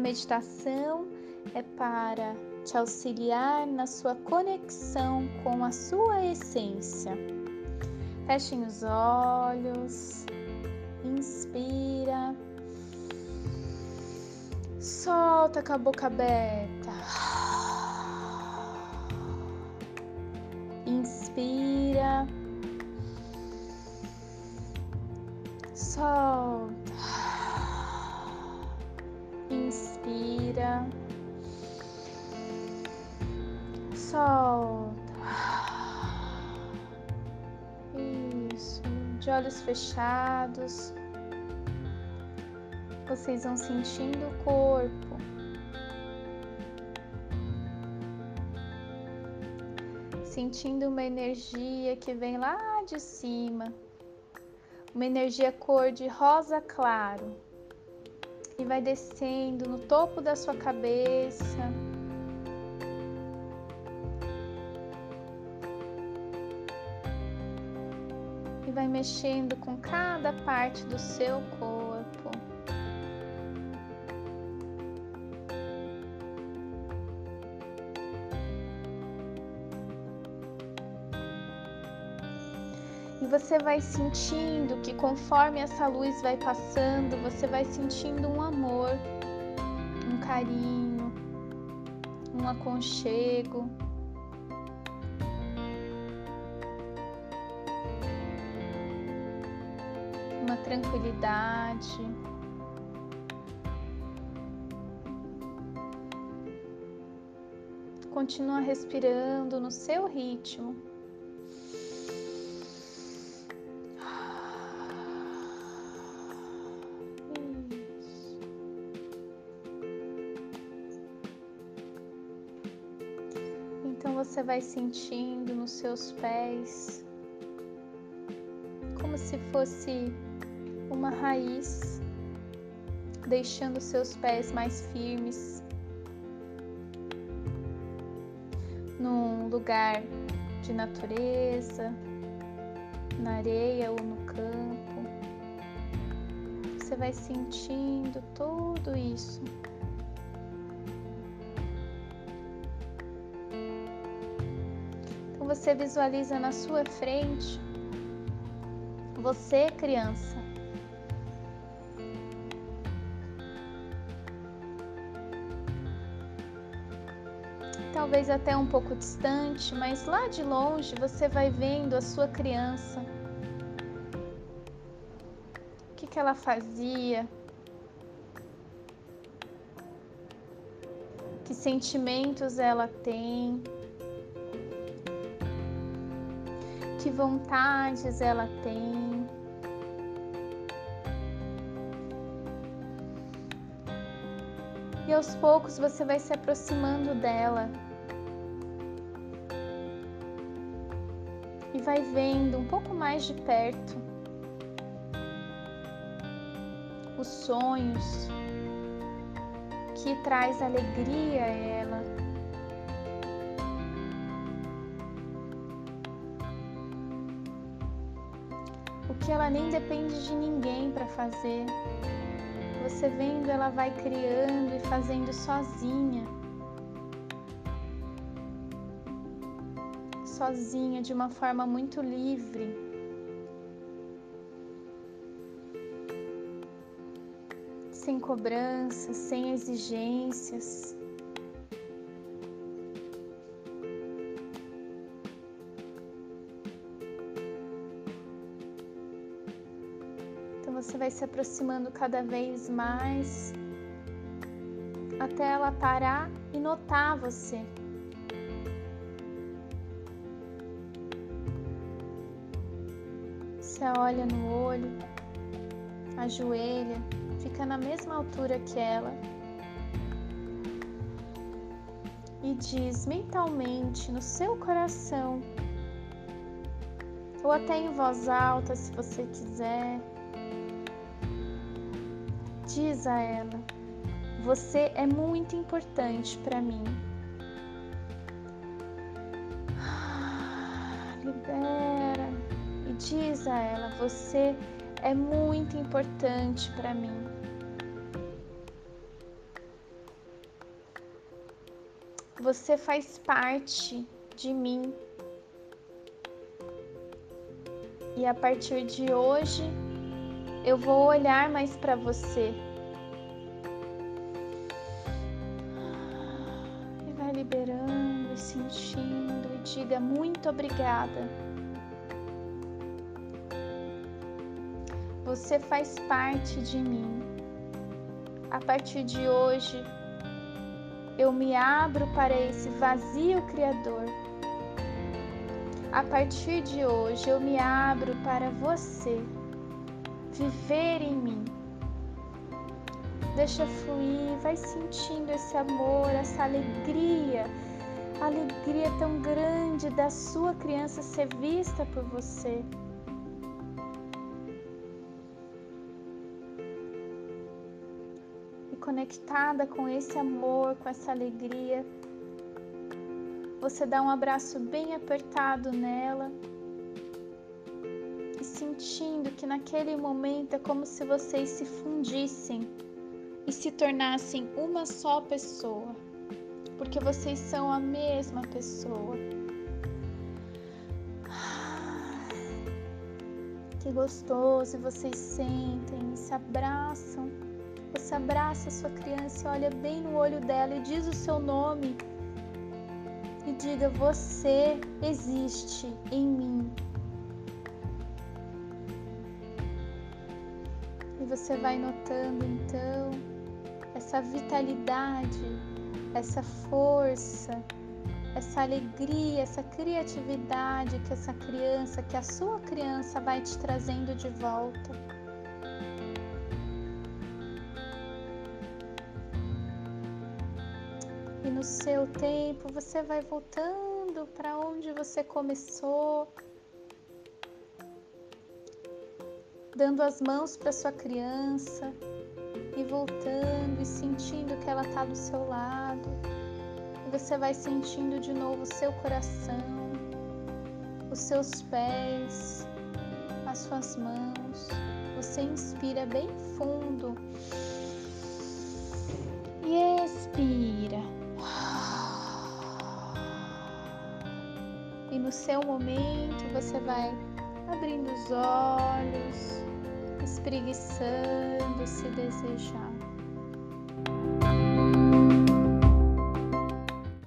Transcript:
meditação é para te auxiliar na sua conexão com a sua essência. Fechem os olhos, inspira, solta com a boca aberta, inspira, solta, inspira, solta. Isso, de olhos fechados, vocês vão sentindo o corpo. Sentindo uma energia que vem lá de cima, uma energia cor de rosa claro, e vai descendo no topo da sua cabeça, e vai mexendo com cada parte do seu corpo. E você vai sentindo que conforme essa luz vai passando, você vai sentindo um amor, um carinho, um aconchego. Uma tranquilidade. Continua respirando no seu ritmo. Então você vai sentindo nos seus pés como se fosse uma raiz, deixando seus pés mais firmes num lugar de natureza, na areia ou no campo. Você vai sentindo tudo isso. Então você visualiza na sua frente você, criança. Talvez até um pouco distante, mas lá de longe você vai vendo a sua criança. O que ela fazia? Que sentimentos ela tem? Que vontades ela tem? E aos poucos você vai se aproximando dela e vai vendo um pouco mais de perto os sonhos que traz alegria a ela. O que ela nem depende de ninguém para fazer. Você vendo, ela vai criando e fazendo sozinha. Sozinha, de uma forma muito livre. Sem cobranças, sem exigências. Você vai se aproximando cada vez mais até ela parar e notar você. Você olha no olho, ajoelha, fica na mesma altura que ela e diz mentalmente no seu coração, ou até em voz alta, se você quiser. Diz a ela: você é muito importante para mim. Libera e diz a ela: você é muito importante para mim. Você faz parte de mim. E a partir de hoje, eu vou olhar mais para você. E vai liberando e sentindo e diga muito obrigada. Você faz parte de mim. A partir de hoje, eu me abro para esse vazio criador. A partir de hoje, eu me abro para você viver em mim. Deixa fluir, vai sentindo esse amor, essa alegria, a alegria tão grande da sua criança ser vista por você. E conectada com esse amor, com essa alegria, você dá um abraço bem apertado nela e sentindo que naquele momento é como se vocês se fundissem e se tornassem uma só pessoa, porque vocês são a mesma pessoa. Que gostoso, vocês sentem e se abraçam. Você abraça a sua criança, olha bem no olho dela e diz o seu nome. E diga, você existe em mim. E você vai notando então essa vitalidade, essa força, essa alegria, essa criatividade que essa criança, que a sua criança vai te trazendo de volta. E no seu tempo você vai voltando para onde você começou, dando as mãos para sua criança e voltando e sentindo que ela está do seu lado. E você vai sentindo de novo o seu coração, os seus pés, as suas mãos. Você inspira bem fundo e expira. E no seu momento você vai abrindo os olhos, espreguiçando se desejar.